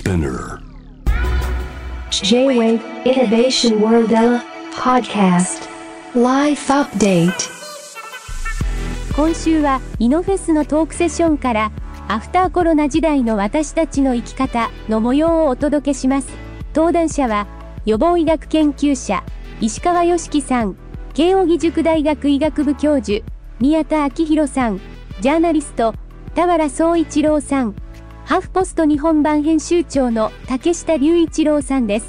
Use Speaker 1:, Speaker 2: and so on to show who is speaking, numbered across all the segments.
Speaker 1: Spinner
Speaker 2: J-Wave Innovation World Ella Podcast Life Update。
Speaker 3: 今週はイノフェスのトークセッションからアフターコロナ時代の私たちの生き方の模様をお届けします。登壇者は予防医学研究者石川良樹さん、慶應義塾大学医学部教授宮田明宏さん、ジャーナリスト田原総一郎さん、ハフポスト日本版編集長の竹下隆一郎さんです。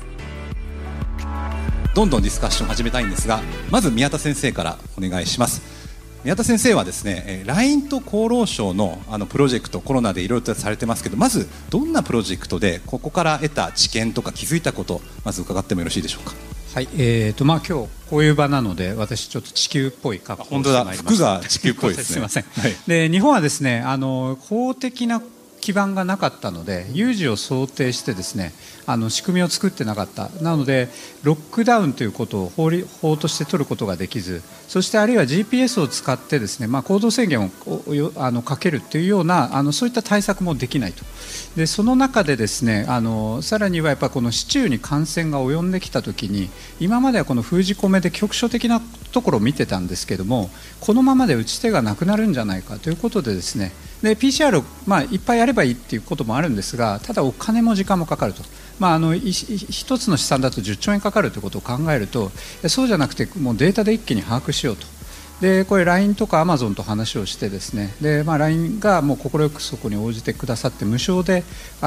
Speaker 4: どんどんディスカッション始めたいんですが、まず宮田先生からお願いします。宮田先生はですね、LINE と厚労省のプロジェクト、コロナでいろいろとされてますけど、まずどんなプロジェクトでここから得た知見とか気づいたこと、まず伺ってもよろしいでしょうか。
Speaker 5: はい、今日こういう場なので、私ちょっと地球っぽい格好をしてまいりました。
Speaker 4: 本当だ、服が地球っぽいですね。
Speaker 5: すいません、
Speaker 4: はい、
Speaker 5: で日本はですね、法的な基盤がなかったので、有事を想定してですね、仕組みを作ってなかった。なのでロックダウンということを法として取ることができず、そしてあるいは GPS を使ってですね、行動制限をかけるというようなそういった対策もできないと。でその中でですね、さらにはやっぱりこの市中に感染が及んできたときに、今まではこの封じ込めで局所的なところを見てたんですけども、このままで打ち手がなくなるんじゃないかということでですね、で PCR をいっぱいやればいいということもあるんですが、ただお金も時間もかかると。一つの試算だと10兆円かかるということを考えると、そうじゃなくてもうデータで一気に把握しようと。でこれ LINE とか Amazon と話をしてですね、で、LINE がもう快くそこに応じてくださって、無償で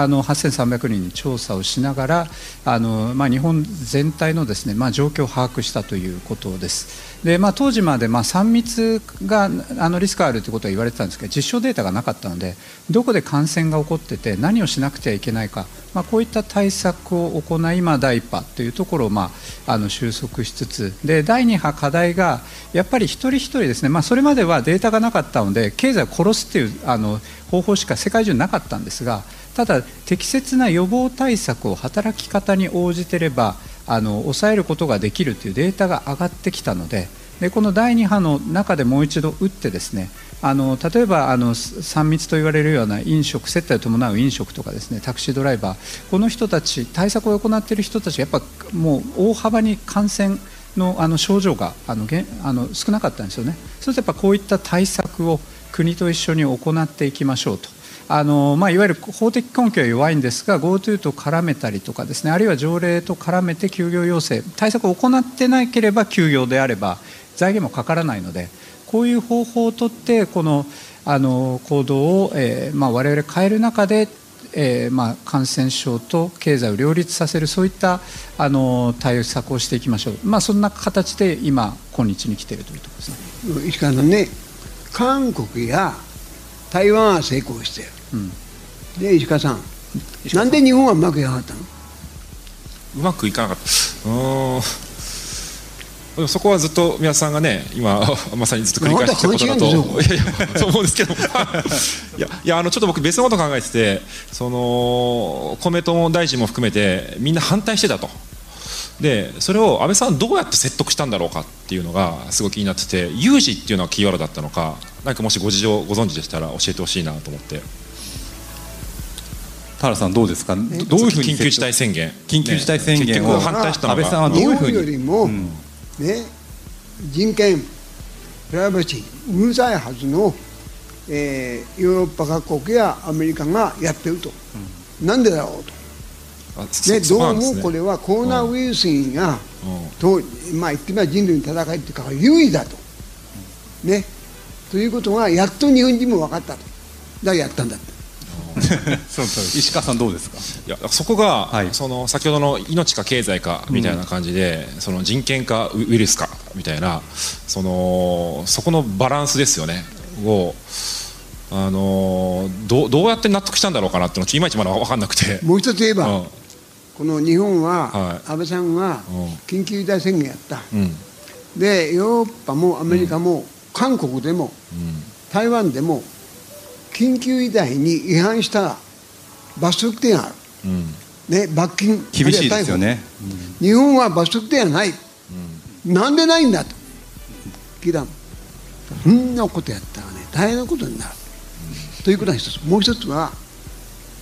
Speaker 5: 8300人に調査をしながら日本全体のですね、状況を把握したということです。で当時まで3密がリスクあるということは言われてたんですけど、実証データがなかったので、どこで感染が起こってて何をしなくてはいけないか、こういった対策を行い、第1波というところを収束しつつで、第2波課題がやっぱり一人一人ですね、それまではデータがなかったので経済を殺すという方法しか世界中なかったんですが、ただ適切な予防対策を働き方に応じてれば抑えることができるというデータが上がってきたので、この第2波の中でもう一度打ってですね、例えば3密と言われるような飲食、接待を伴う飲食とかですね、タクシードライバー、この人たち、対策を行っている人たちがやっぱもう大幅に感染の症状が少なかったんですよね。そうするとやっぱこういった対策を国と一緒に行っていきましょうと。いわゆる法的根拠は弱いんですが、 GoTo と絡めたりとかですね、あるいは条例と絡めて休業要請、対策を行ってなければ休業であれば財源もかからないので、こういう方法をとってこの行動を我々変える中で感染症と経済を両立させる、そういった対策をしていきましょう。そんな形で今日に来ているというところですね。
Speaker 6: 石川さんね、韓国や台湾は成功してる、で石川さん、なんで日本はうまくいかなかったの？
Speaker 7: うまくいかなかった。でもそこはずっと宮田さんがね、今まさにずっと繰り返してきたことだと、そう思うんですけどちょっと僕別のこと考えてて、公明党大臣も含めてみんな反対してたと。でそれを安倍さんどうやって説得したんだろうかっていうのがすごい気になってて、有事っていうのはキーワードだったのか、何かもしご事情ご存知でしたら教えてほしいなと思って。
Speaker 4: 田原さんどうですか。どういうふうに
Speaker 7: 緊急事態宣言、
Speaker 4: 緊急事態宣言を
Speaker 7: 反対したのが
Speaker 4: 安倍さんはどういうふうに。
Speaker 6: 日本よりも、人権、プライバシーうるさいはずの、ヨーロッパ各国やアメリカがやってると、なんでだろうと。どうもこれはコロナウイルスがと、言ってみれば人類の戦いというか優位だと、ということがやっと日本人も分かったと。だからやったんだって。
Speaker 4: 石川さんどうですか。
Speaker 7: いやそこが、先ほどの命か経済かみたいな感じで、その人権かウイルスかみたいなそこのバランスですよねをどうやって納得したんだろうかなっていうのがいまいちまだ分かんなくて。
Speaker 6: もう一つ言えば、この日本は、安倍さんは緊急事態宣言やった、でヨーロッパもアメリカも、韓国でも、台湾でも緊急事態に違反したら罰則点ある、罰金
Speaker 4: 厳しいですよね。
Speaker 6: 日本は罰則点はない、なんでないんだと聞いたの。そんなことやったらね、大変なことになる、ということが一つ。もう一つは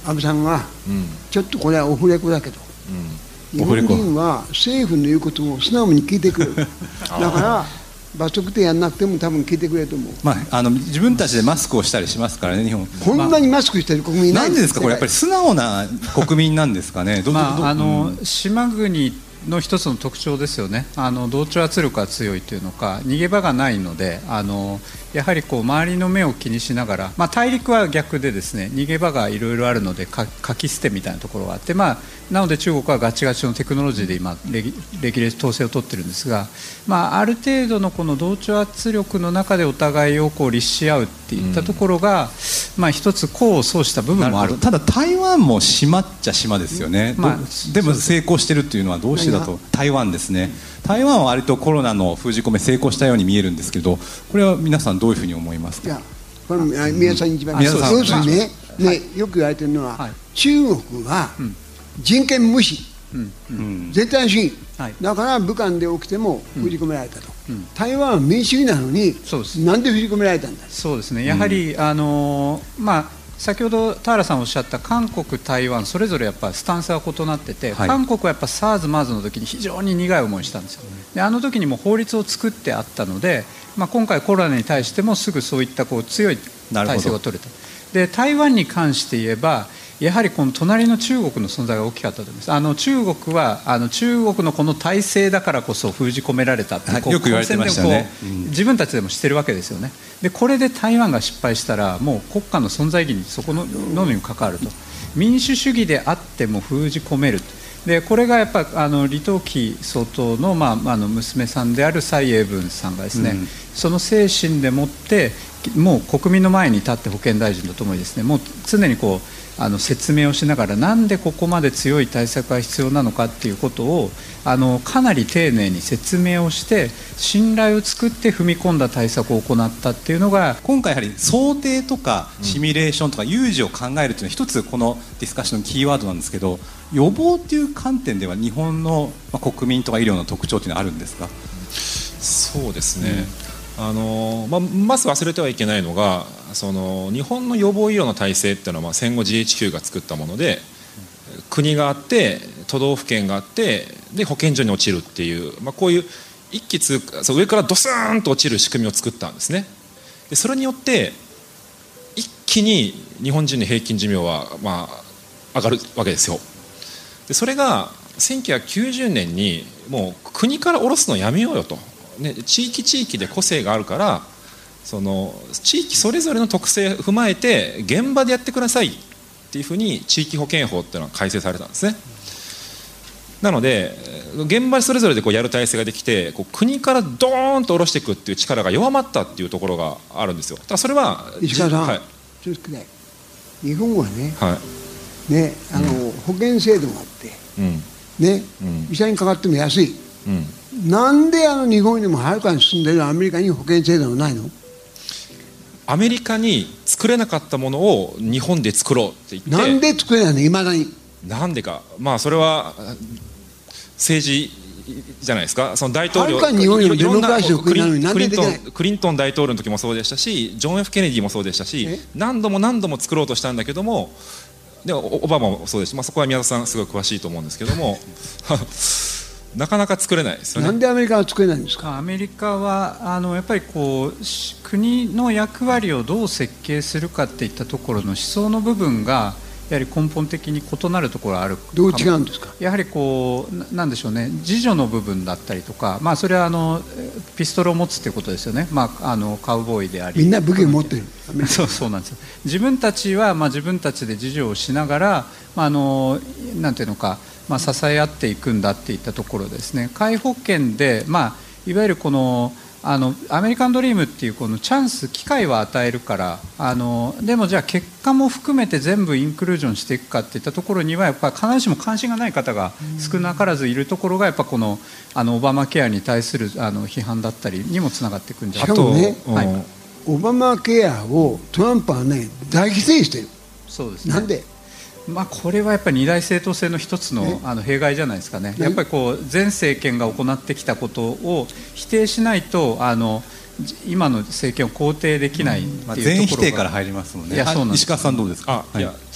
Speaker 6: 安倍さんが、ちょっとこれはオフレコだけど、日本人は政府の言うことを素直に聞いてくるだから罰則でやんなくても多分聞いてくれると思う。
Speaker 4: 自分たちでマスクをしたりしますからね、日本。
Speaker 6: こんなにマスクしてる国民いない。
Speaker 4: なんでですか、これやっぱり素直な国民なんですかね。
Speaker 5: 島国の一つの特徴ですよね。同調圧力が強いというのか、逃げ場がないので、やはりこう周りの目を気にしながら、大陸は逆でですね、逃げ場がいろいろあるのでかき捨てみたいなところがあって、なので中国はガチガチのテクノロジーで今レギュレーション統制を取ってるんですが、ある程度のこの同調圧力の中でお互いをこう律し合うっていったところが、一つ功を奏した部分もある。
Speaker 4: ただ台湾も島っちゃ島ですよね。でも成功してるっていうのはどうしてだと。台湾ですね。台湾は割とコロナの封じ込め成功したように見えるんですけど、これは皆さんどういうふうに思いますか。
Speaker 6: これ宮さん一番要するにね、よく言われてるのは、中国は人権無視、絶対主義、だから武漢で起きても封じ込められたと。台湾は民主主義なのになんで封じ込められたんだ。
Speaker 5: そうですね、やはり先ほど田原さんおっしゃった韓国、台湾それぞれやっぱスタンスが異なってて、韓国はやっぱ SARS、MERS の時に非常に苦い思いしたんですよ。であの時にも法律を作ってあったので、今回コロナに対してもすぐそういったこう強い体制が取れた。で台湾に関して言えばやはりこの隣の中国の存在が大きかったと思います。中国は中国のこの体制だからこそ封じ込められたって
Speaker 4: よく言われてましたね。
Speaker 5: 自分たちでも知ってるわけですよね。でこれで台湾が失敗したらもう国家の存在意義にそこのみに関わると。民主主義であっても封じ込める。でこれがやっぱ李登輝総統の、娘さんである蔡英文さんがですね、その精神でもってもう国民の前に立って保健大臣とともにですね、もう常にこう説明をしながらなんでここまで強い対策が必要なのかっていうことをかなり丁寧に説明をして信頼を作って踏み込んだ対策を行ったっていうのが、
Speaker 4: 今回やはり想定とかシミュレーションとか有事を考えるというのは一つこのディスカッションのキーワードなんですけど、予防っていう観点では日本の国民とか医療の特徴というのはあるんですか。
Speaker 7: そうですね、まず忘れてはいけないのが日本の予防医療の体制っていうのは戦後 GHQ が作ったもので、国があって都道府県があってで保健所に落ちるっていう、こういう一気通過上からドスーンと落ちる仕組みを作ったんですね。でそれによって一気に日本人の平均寿命は上がるわけですよ。でそれが1990年にもう国から下ろすのやめようよと、地域地域で個性があるから地域それぞれの特性を踏まえて現場でやってくださいっていうふうに地域保健法っていうのが改正されたんですね。なので現場それぞれでやる体制ができて国からドーンと下ろしていくっていう力が弱まったっていうところがあるんですよ。だからそれは
Speaker 6: 石川さん、日本はね、保険制度があって、医者にかかっても安い、なんで日本よりもはるかに進んでいるアメリカに保険制度はないの。
Speaker 7: アメリカに作れなかったものを日本で作ろうって言って。
Speaker 6: なんで作れないのいまだに。
Speaker 7: なんでか、それは政治じゃないですか。その大統領いろんなクリントン大統領の時もそうでしたし、ジョン・ F ・ケネディもそうでしたし、何度も作ろうとしたんだけども、でオバマもそうですし、そこは宮田さんすごい詳しいと思うんですけどもなかなか作れないですよね。
Speaker 6: なんでアメリカは作れないんですか。
Speaker 5: アメリカはやっぱり国の役割をどう設計するかっていったところの思想の部分がやはり根本的に異なるところがある。
Speaker 6: どう違うんですか。
Speaker 5: やはりなんでしょうね、自助の部分だったりとか、それはピストルを持つということですよね。カウボーイであり
Speaker 6: みんな武器を持ってる
Speaker 5: そうなんですよ。自分たちは自分たちで自助をしながらなんていうのか、支え合っていくんだっていったところですね。皆保険で、いわゆるアメリカンドリームっていうこのチャンス機会は与えるからでもじゃあ結果も含めて全部インクルージョンしていくかっていったところにはやっぱり必ずしも関心がない方が少なからずいるところがやっぱオバマケアに対する批判だったりにもつながっていくんじゃないかと。
Speaker 6: しかもね、オバマケアをトランプはね大規制してる。
Speaker 5: そうですね。
Speaker 6: なんで
Speaker 5: これはやっぱり二大政党制の一つの弊害じゃないですかね。やっぱり前政権が行ってきたことを否定しないと今の政権を肯定できないっていうところが、
Speaker 4: 全否定から入りますもんね。
Speaker 5: そうなんです。
Speaker 4: 石川さんどうですか。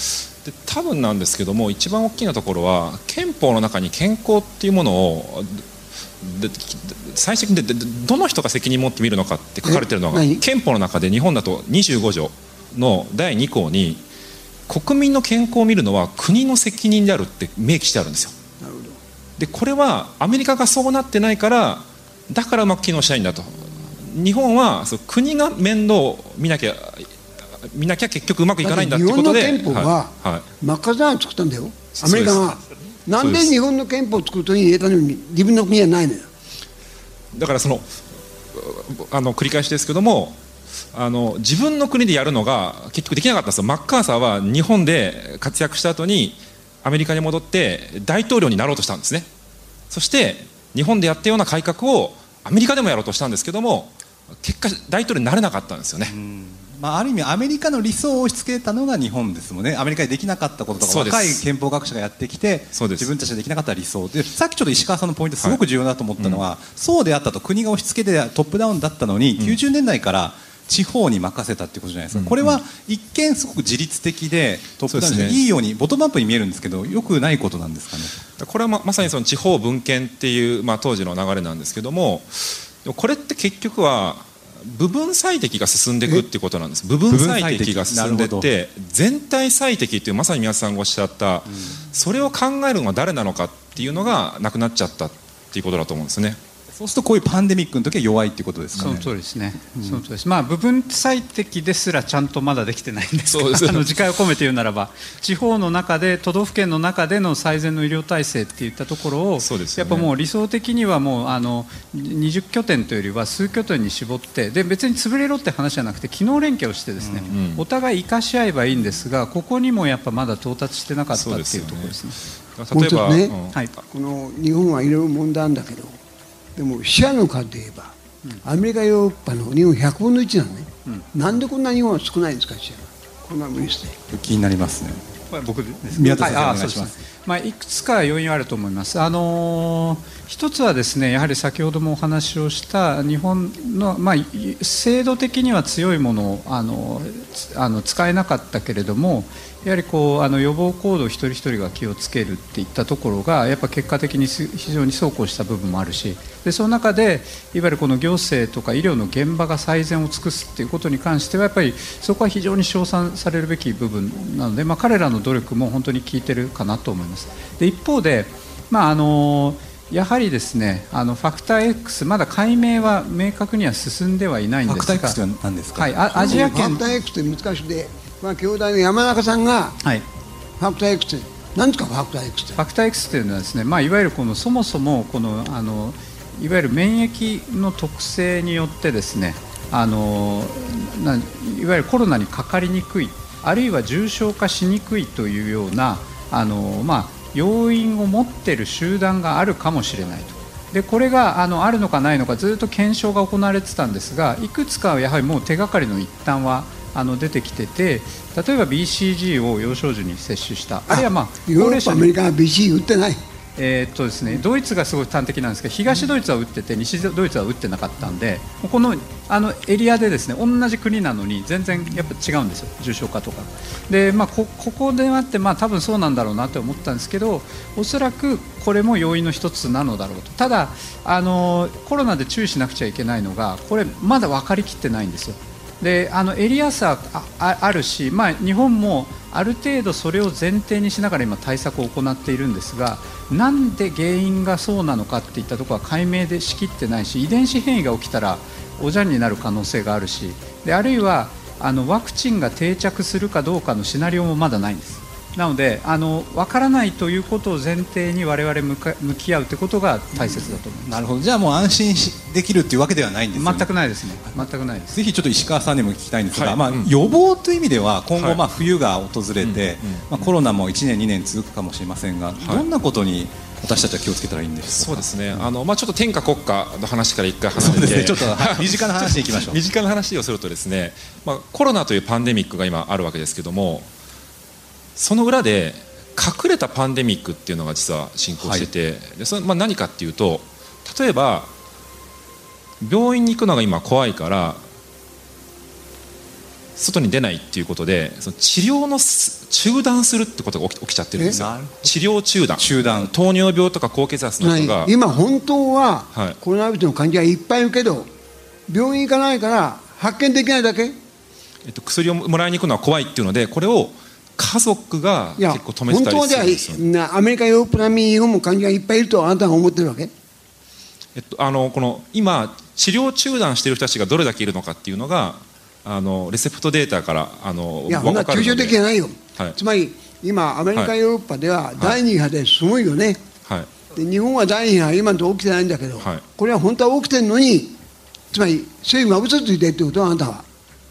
Speaker 7: で多分なんですけども、一番大きなところは憲法の中に健康っていうものを最終的にどの人が責任を持って見るのかって書かれているのが、憲法の中で日本だと25条の第2項に国民の健康を見るのは国の責任であるって明記してあるんですよ。
Speaker 6: なるほど。
Speaker 7: でこれはアメリカがそうなってないからだからうまく機能しないんだと。日本はそう国が面倒を見なきゃ結局うまくいかないんだっていうことで、
Speaker 6: 日本の憲法はマッカーサーが作ったんだよ、アメリカが。なんで日本の憲法を作るときに入れたのに自分の国はないのよ。
Speaker 7: だから繰り返しですけども、自分の国でやるのが結局できなかったんですよ。マッカーサーは日本で活躍した後にアメリカに戻って大統領になろうとしたんですね。そして日本でやったような改革をアメリカでもやろうとしたんですけども、結果大統領になれなかったんですよね。
Speaker 4: ある意味アメリカの理想を押し付けたのが日本ですもんね。アメリカでできなかったこととか若い憲法学者がやってきて自分たちでできなかった理想で、さっきちょっと石川さんのポイントすごく重要だと思ったのは、そうであったと、国が押し付けてトップダウンだったのに、90年代から地方に任せたっていうことじゃないですか。これは一見すごく自律的でトップダウンでいいようにボトムアップに見えるんですけど、よくないことなんですかね。
Speaker 7: これはまさにその地方分権っていう、当時の流れなんですけども、これって結局は部分最適が進んでいくっていうことなんです。部分最適が進んでいって全体最適っていう、まさに宮田さんがおっしゃった、それを考えるのは誰なのかっていうのがなくなっちゃったっていうことだと思うんですね。
Speaker 4: そうするとこういうパンデミックの時は弱いっていうことですかね。
Speaker 5: その通りですね、その通りです。部分最適ですらちゃんとまだできてないんですが、自戒を込めて言うならば、地方の中で都道府県の中での最善の医療体制っていったところを、やっぱもう理想的にはもう20拠点というよりは数拠点に絞って、で別に潰れろって話じゃなくて機能連携をしてですね、お互い生かし合えばいいんですが、ここにもやっぱまだ到達してなかったっていうところですね。
Speaker 7: 例えば
Speaker 6: もう一つね、この日本はいろいろ問題あるんだけど、でも死者の数で言えば、アメリカヨーロッパの日本100分の1なのね、なんでこんな日本は少ないんですか、死者が。こんなウイルスで
Speaker 4: 気になりますね。
Speaker 5: これ僕です
Speaker 4: 宮田先生、お願いします。
Speaker 5: いくつか要因はあると思います。一つはですね、やはり先ほどもお話をした日本の、制度的には強いものを使えなかったけれども、やはり予防行動を一人一人が気をつけるっていったところがやっぱ結果的に非常に走行した部分もあるし、でその中でいわゆるこの行政とか医療の現場が最善を尽くすっていうことに関してはやっぱりそこは非常に称賛されるべき部分なので、彼らの努力も本当に効いてるかなと思います。で一方で、やはりですね、ファクター X まだ解明は明確には進んではいないんですが、
Speaker 4: ファクター X は何ですか。
Speaker 5: アジア圏
Speaker 6: ファクター X って難しくて、兄弟の山中さんが、ファクター X って何ですか。ファクター X って
Speaker 5: ファクター X というのはですね、いわゆるそもそもいわゆる免疫の特性によってですね、いわゆるコロナにかかりにくい、あるいは重症化しにくいというような要因を持っている集団があるかもしれないと。でこれがあるのかないのかずっと検証が行われてたんですが、いくつかはやはりもう手がかりの一端は出てきてて、例えば BCG を幼少時に接種した、あるいは
Speaker 6: ヨーロッパ、アメリカは BCG 打ってない。
Speaker 5: ですね、ドイツがすごい端的なんですけど、東ドイツは打ってて西ドイツは打ってなかったんで、このエリアでですね、同じ国なのに全然やっぱ違うんですよ、重症化とかで、ここであって多分そうなんだろうなと思ったんですけど、おそらくこれも要因の一つなのだろうと。ただコロナで注意しなくちゃいけないのが、これまだ分かりきってないんですよ。でエリア差 あるし、日本もある程度それを前提にしながら今対策を行っているんですが、なんで原因がそうなのかっていったところは解明でしきってないし、遺伝子変異が起きたらおじゃんになる可能性があるし、であるいはワクチンが定着するかどうかのシナリオもまだないんです。なので分からないということを前提に我々向き合うということが大切だと思います。
Speaker 4: なるほど。じゃあもう安心できるというわけではないんですよね。
Speaker 5: 全くないですね。全くないです。
Speaker 4: ぜひちょっと石川さんにも聞きたいんですが、予防という意味では今後冬が訪れて、コロナも1年2年続くかもしれませんが、どんなことに私たちは気をつけたらいいんでしょうか。
Speaker 7: そうですね、ちょっと天下国家の話から一回離れて、
Speaker 4: ちょっと身近な話に行きましょう。
Speaker 7: 身近な話をするとですね、コロナというパンデミックが今あるわけですけども、その裏で隠れたパンデミックっていうのが実は進行してて、でそれ何かっていうと、例えば病院に行くのが今怖いから外に出ないっていうことで、その治療の中断するってことが起きちゃってるんですよ。治療中断、糖尿病とか高血圧の人が
Speaker 6: 今本当はコロナウイルスの患者がいっぱいいるけど病院行かないから発見できないだけ、
Speaker 7: 薬をもらいに行くのは怖いっていうので、これを家族が結構止めてたりするんですよ。
Speaker 6: 本当はアメリカヨーロッパ並みに日本も患者がいっぱいいるとあなたが思ってるわけ？
Speaker 7: この今治療中断している人たちがどれだけいるのかっていうのがレセプトデータから
Speaker 6: いや、そんな抽象的じゃないよ、
Speaker 7: はい、
Speaker 6: つまり今アメリカ、ヨーロッパでは第2波ですごいよね、はい、で日本は第2波今のところ起きてないんだけど、はい、これは本当は起きてるのに、つまり政府が嘘ついてるってことはあなたは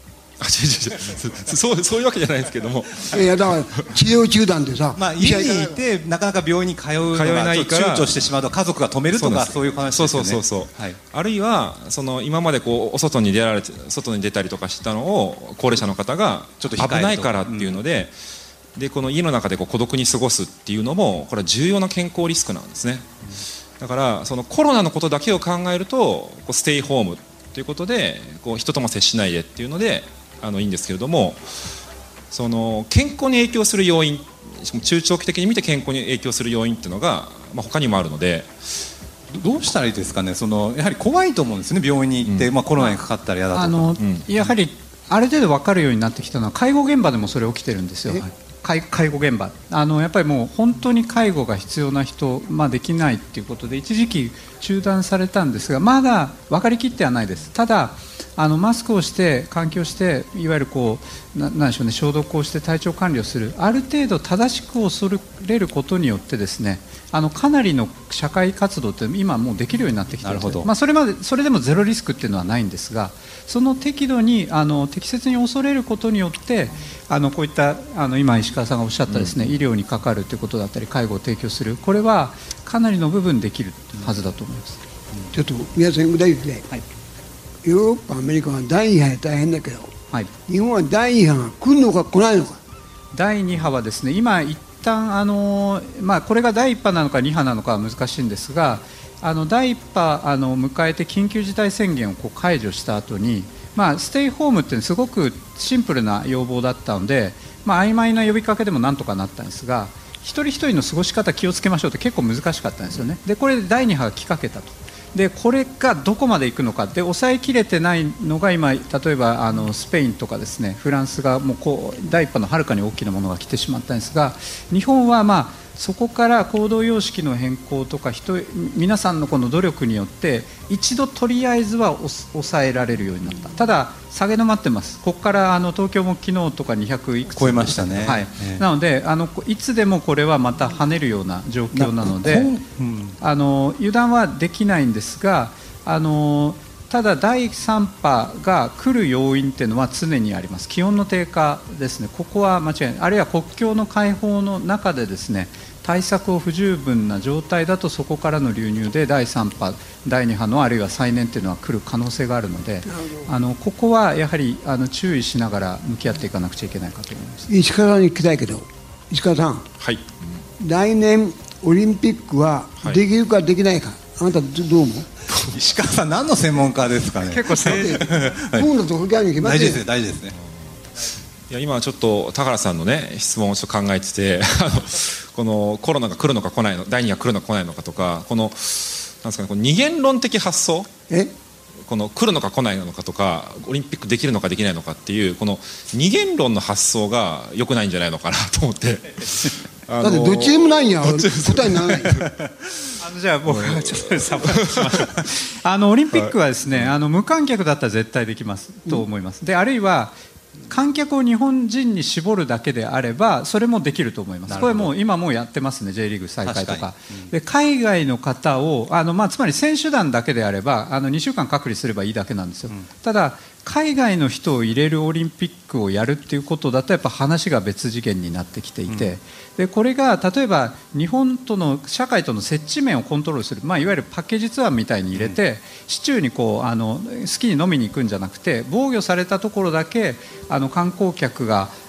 Speaker 7: そういうわけじゃないですけども、
Speaker 6: いやだから治療中断でさ、
Speaker 4: 家にいてなかなか病院に通うのが躊躇してしまうと家族が止めるとかそういう話ですよね。
Speaker 7: そう、はい、あるいは今までお外に出たりとかしたのを高齢者の方がちょっと危ないからっていうので、でこの家の中で孤独に過ごすっていうのもこれは重要な健康リスクなんですね。だからコロナのことだけを考えるとステイホームということで人とも接しないでっていうのでいいんですけれども、健康に影響する要因、中長期的に見て健康に影響する要因っていうのが、他にもあるので、
Speaker 4: どうしたらいいですかね。やはり怖いと思うんですね、病院に行って、コロナにかかったら嫌だとか、
Speaker 5: やはりある程度分かるようになってきたのは介護現場でもそれ起きてるんですよ。介護現場やっぱりもう本当に介護が必要な人、できないっていうことで一時期中断されたんですが、まだ分かりきってはないです。ただマスクをして換気をしていわゆるなんでしょうね、消毒をして体調管理をする、ある程度正しく恐れることによってですね、かなりの社会活動って今もうできるようになってきているので、それでもゼロリスクっていうのはないんですが、その適度に適切に恐れることによってこういった今石川さんがおっしゃったですね、医療にかかるということだったり介護を提供する、これはかなりの部分できるはずだと思います。
Speaker 6: ちょっと皆さん具体的で、はい、ヨーロッパアメリカは第2波で大変だけど、はい、日本は第2波が来るのか来ないのか。
Speaker 5: 第2波はですね、今一旦これが第1波なのか2波なのかは難しいんですが、第1波迎えて緊急事態宣言を解除した後に、ステイホームってすごくシンプルな要望だったので、曖昧な呼びかけでもなんとかなったんですが、一人一人の過ごし方気をつけましょうって結構難しかったんですよね。でこれで第2波が来かけたと。でこれがどこまでいくのかで抑えきれてないのが今、例えばスペインとかですね、フランスがもう第1波のはるかに大きなものが来てしまったんですが、日本はそこから行動様式の変更とか皆さんのこの努力によって一度とりあえずは抑えられるようになった。ただ下げ止まってます。ここから東京も昨日とか200いくつ
Speaker 4: 超えましたね、
Speaker 5: はい、なのでいつでもこれはまた跳ねるような状況なので、油断はできないんですが、ただ第3波が来る要因というのは常にあります。気温の低下ですね、ここは間違いない。あるいは国境の開放の中でですね、対策を不十分な状態だとそこからの流入で第3波第2波のあるいは再燃というのは来る可能性があるので、ここはやはり注意しながら向き合っていかなくちゃいけないかと思います。
Speaker 6: 石川さんに聞きたいけど、石川さん、
Speaker 7: はい、来
Speaker 6: 年オリンピックはできるかできないか、あなたどう思う？
Speaker 4: 石川さん何の専門家ですかね。
Speaker 5: 結構
Speaker 6: 今度とこに決まって
Speaker 4: 大事ですね、大事ですね。
Speaker 7: いや今ちょっと田原さんのね質問をちょっと考えててこのコロナが来るのか来ないの、第2波が来るのか来ないのかとか、このなんですかね、この二元論的発想、この来るのか来ないのかとか、オリンピックできるのかできないのかっていうこの二元論の発想が良くないんじゃないのかなと思って
Speaker 6: だってどっちでもないんや、答えにならない
Speaker 5: じゃあ僕はちょっとサポートしましょうオリンピックはですね、無観客だったら絶対できますと思います。であるいは観客を日本人に絞るだけであればそれもできると思います。これもう今もうやってますね、 J リーグ再開とか、で海外の方をつまり選手団だけであれば2週間隔離すればいいだけなんですよ、ただ海外の人を入れるオリンピックをやるっていうことだとやっぱ話が別次元になってきていて、でこれが例えば日本との社会との接地面をコントロールする、いわゆるパッケージツアーみたいに入れて、市中に好きに飲みに行くんじゃなくて、防御されたところだけ観光客が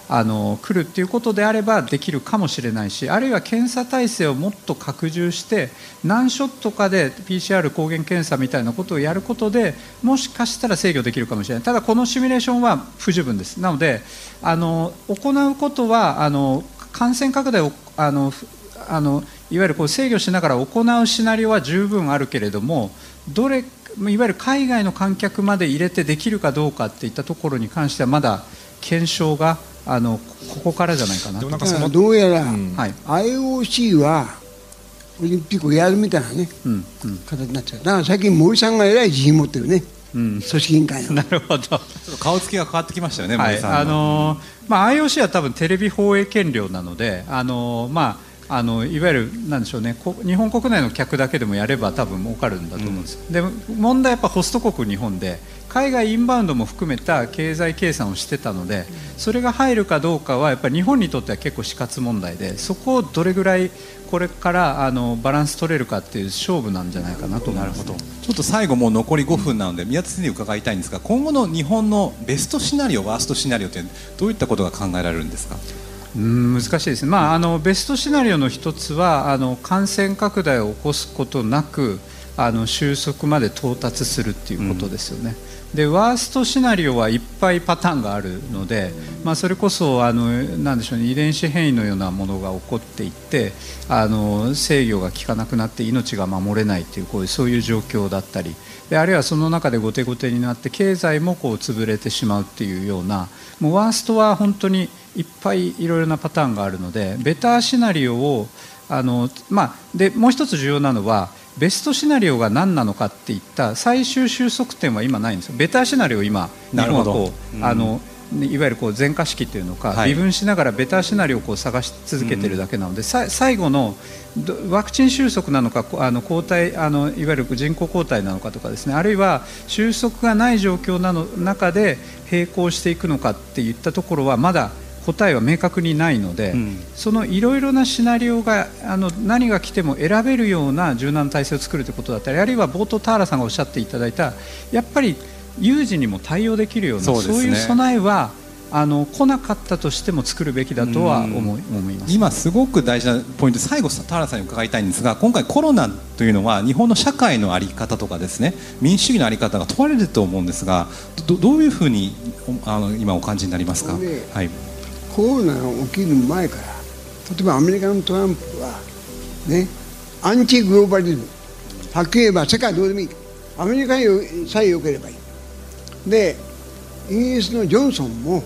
Speaker 5: 来るっていうことであればできるかもしれないし、あるいは検査体制をもっと拡充して何ショットかで PCR 抗原検査みたいなことをやることでもしかしたら制御できるかもしれない。ただこのシミュレーションは不十分です。なので行うことは感染拡大をいわゆるこう制御しながら行うシナリオは十分あるけれども、いわゆる海外の観客まで入れてできるかどうかっていったところに関してはまだ検証がここからじゃないかなと。
Speaker 6: どうやら、IOC はオリンピックをやるみたいなね、形になっちゃう。だから最近森さんがえらい自信持ってるね、組織委員会の。
Speaker 5: なるほど。
Speaker 4: ちょっと顔つきが変わってきましたよね、森さんの。
Speaker 5: IOC は多分テレビ放映権料なので、いわゆるなんでしょうね、日本国内の客だけでもやれば多分儲かるんだと思うんです。で問題はやっぱホスト国日本で海外インバウンドも含めた経済計算をしてたので、それが入るかどうかはやっぱり日本にとっては結構死活問題で、そこをどれぐらいこれからバランス取れるかっていう勝負なんじゃないかなと思います。
Speaker 4: ちょっと最後もう残り5分なので宮田先生に伺いたいんですが、今後の日本のベストシナリオワーストシナリオってどういったことが考えられるんですか？
Speaker 5: 難しいですね。ベストシナリオの一つは感染拡大を起こすことなく収束まで到達するっていうことですよね。でワーストシナリオはいっぱいパターンがあるので、それこそなんでしょうね、遺伝子変異のようなものが起こっていって制御が効かなくなって命が守れないというそういう状況だったりで、あるいはその中で後手後手になって経済も潰れてしまうっていうような、もうワーストは本当にいっぱいいろいろなパターンがあるので、ベターシナリオをでもう一つ重要なのはベストシナリオが何なのかっていった最終収束点は今ないんですよ。ベターシナリオを今日本はいわゆる前科式というのか、微分しながらベターシナリオを探し続けているだけなので、最後のワクチン収束なのか抗体いわゆる人工抗体なのかとかですね、あるいは収束がない状況の中で並行していくのかっていったところはまだ答えは明確にないので、そのいろいろなシナリオが何が来ても選べるような柔軟体制を作るということだったり、あるいは冒頭田原さんがおっしゃっていただいたやっぱり有事にも対応できるようなそういう備えは来なかったとしても作るべきだとは思います。
Speaker 4: 今すごく大事なポイント、最後田原さんに伺いたいんですが、今回コロナというのは日本の社会の在り方とかですね、民主主義の在り方が問われると思うんですが、どういうふうに今お感じになりますか？
Speaker 6: コロナが起きる前から、例えばアメリカのトランプはね、アンチグローバリズム、はっきり言えば世界どうでもいい、アメリカさえ良ければいい。でイギリスのジョンソンも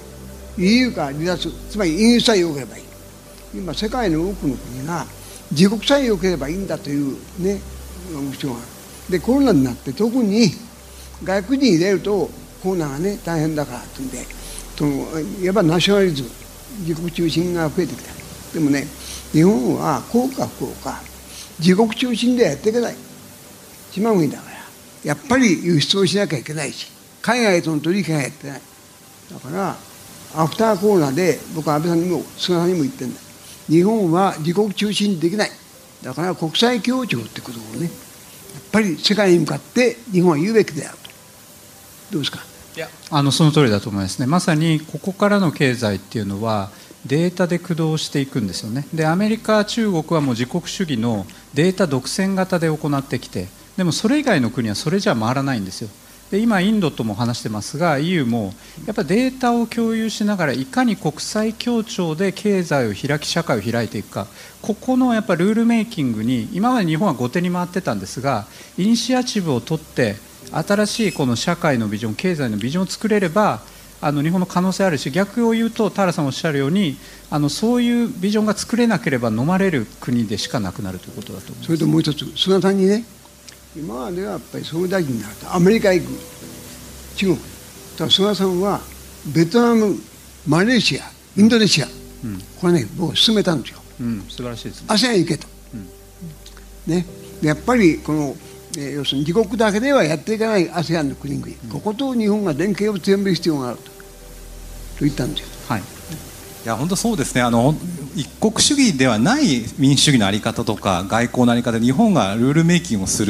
Speaker 6: EU から離脱、つまりイギリスさえ良ければいい。今世界の多くの国が自国さえ良ければいいんだというね主張がある。でコロナになって特に外国人入れるとコロナがね大変だからというんで、いわばナショナリズム、自国中心が増えてきた。でもね、日本はこうか不幸か自国中心ではやっていけない島国だから、やっぱり輸出をしなきゃいけないし、海外との取引がやってない。だからアフターコロナで僕は安倍さんにも菅さんにも言ってるんだ、日本は自国中心にできない。だから国際協調ってことをね、やっぱり世界に向かって日本は言うべきであると。どうですか？
Speaker 5: いやその通りだと思いますね。まさにここからの経済っていうのはデータで駆動していくんですよね。でアメリカ中国はもう自国主義のデータ独占型で行ってきて、でもそれ以外の国はそれじゃ回らないんですよ。で今インドとも話してますが EU もやっぱりデータを共有しながらいかに国際協調で経済を開き社会を開いていくか、ここのやっぱルールメイキングに今まで日本は後手に回ってたんですが、イニシアチブを取って新しいこの社会のビジョン、経済のビジョンを作れれば日本の可能性あるし、逆を言うと田原さんおっしゃるようにそういうビジョンが作れなければ飲まれる国でしかなくなるということだと思います。
Speaker 6: それともう一つ、菅さんにね、今まではやっぱり総務大臣になるとアメリカ行く、中国、だから菅さんはベトナム、マレーシア、インドネシア、これね僕進めたんですよ。
Speaker 5: 素晴らしいですね。
Speaker 6: ASEAN行けと、ね、でやっぱりこの要するに自国だけではやっていかない ASEAN の国々、ここと日本が連携を強める必要があると言ったんですよ。
Speaker 5: はい、
Speaker 4: いや本当そうですね。一国主義ではない民主主義の在り方とか外交の在り方で日本がルールメイキングをする、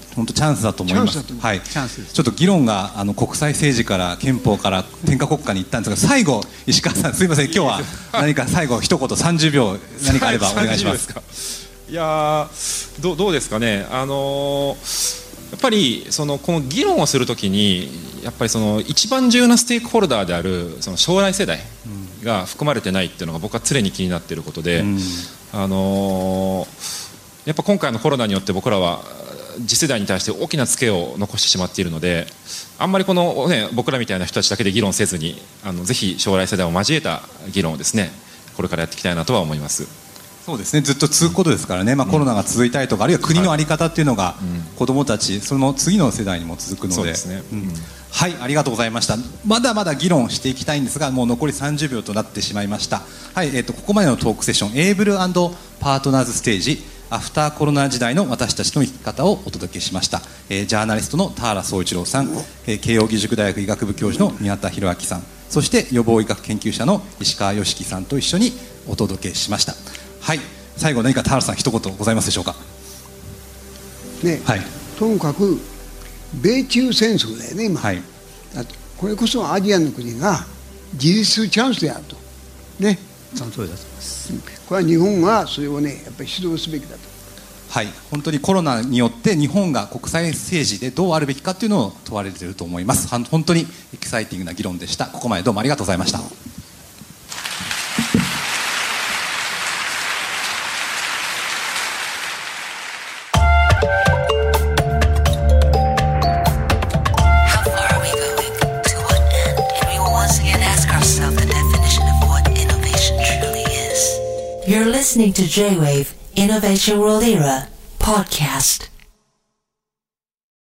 Speaker 4: 本当チャンスだと思います。はい、
Speaker 5: チャンスです。
Speaker 4: ちょっと議論が国際政治から憲法から天下国家に行ったんですが、最後石川さんすいません、今日は何か最後一言30秒何かあればお願いします。
Speaker 7: いやどうですかね。やっぱりこの議論をするときにやっぱり一番重要なステークホルダーである将来世代が含まれてないっていうのが僕は常に気になっていることで、やっぱ今回のコロナによって僕らは次世代に対して大きなツケを残してしまっているので、あんまり僕らみたいな人たちだけで議論せずにぜひ将来世代を交えた議論をですねこれからやっていきたいなとは思います。
Speaker 4: そうですね、ずっと続くことですからね、コロナが続いたりとか、あるいは国の在り方っていうのが子どもたち、その次の世代にも続くので、
Speaker 7: そうですね、
Speaker 4: はい、ありがとうございました。まだまだ議論していきたいんですが、もう残り30秒となってしまいました。はい、ここまでのトークセッション、エイブル&パートナーズステージアフターコロナ時代の私たちの生き方をお届けしました。ジャーナリストの田原総一郎さん、慶應義塾大学医学部教授の宮田裕章さん、そして予防医学研究者の石川芳樹さんと一緒にお届けしました。はい、最後何か田原さん一言ございますでしょうか。
Speaker 6: ね、はい、ともかく米中戦争だよね今、はい、だってこれこそアジアの国が自立チャンスであるとね。
Speaker 5: その通りだと思います。
Speaker 6: これは日本がそれをねやっぱり指導すべきだと。
Speaker 4: はい、本当にコロナによって日本が国際政治でどうあるべきかというのを問われていると思います。本当にエキサイティングな議論でした。ここまでどうもありがとうございました。
Speaker 2: You're listening to J-Wave Innovation World Era podcast.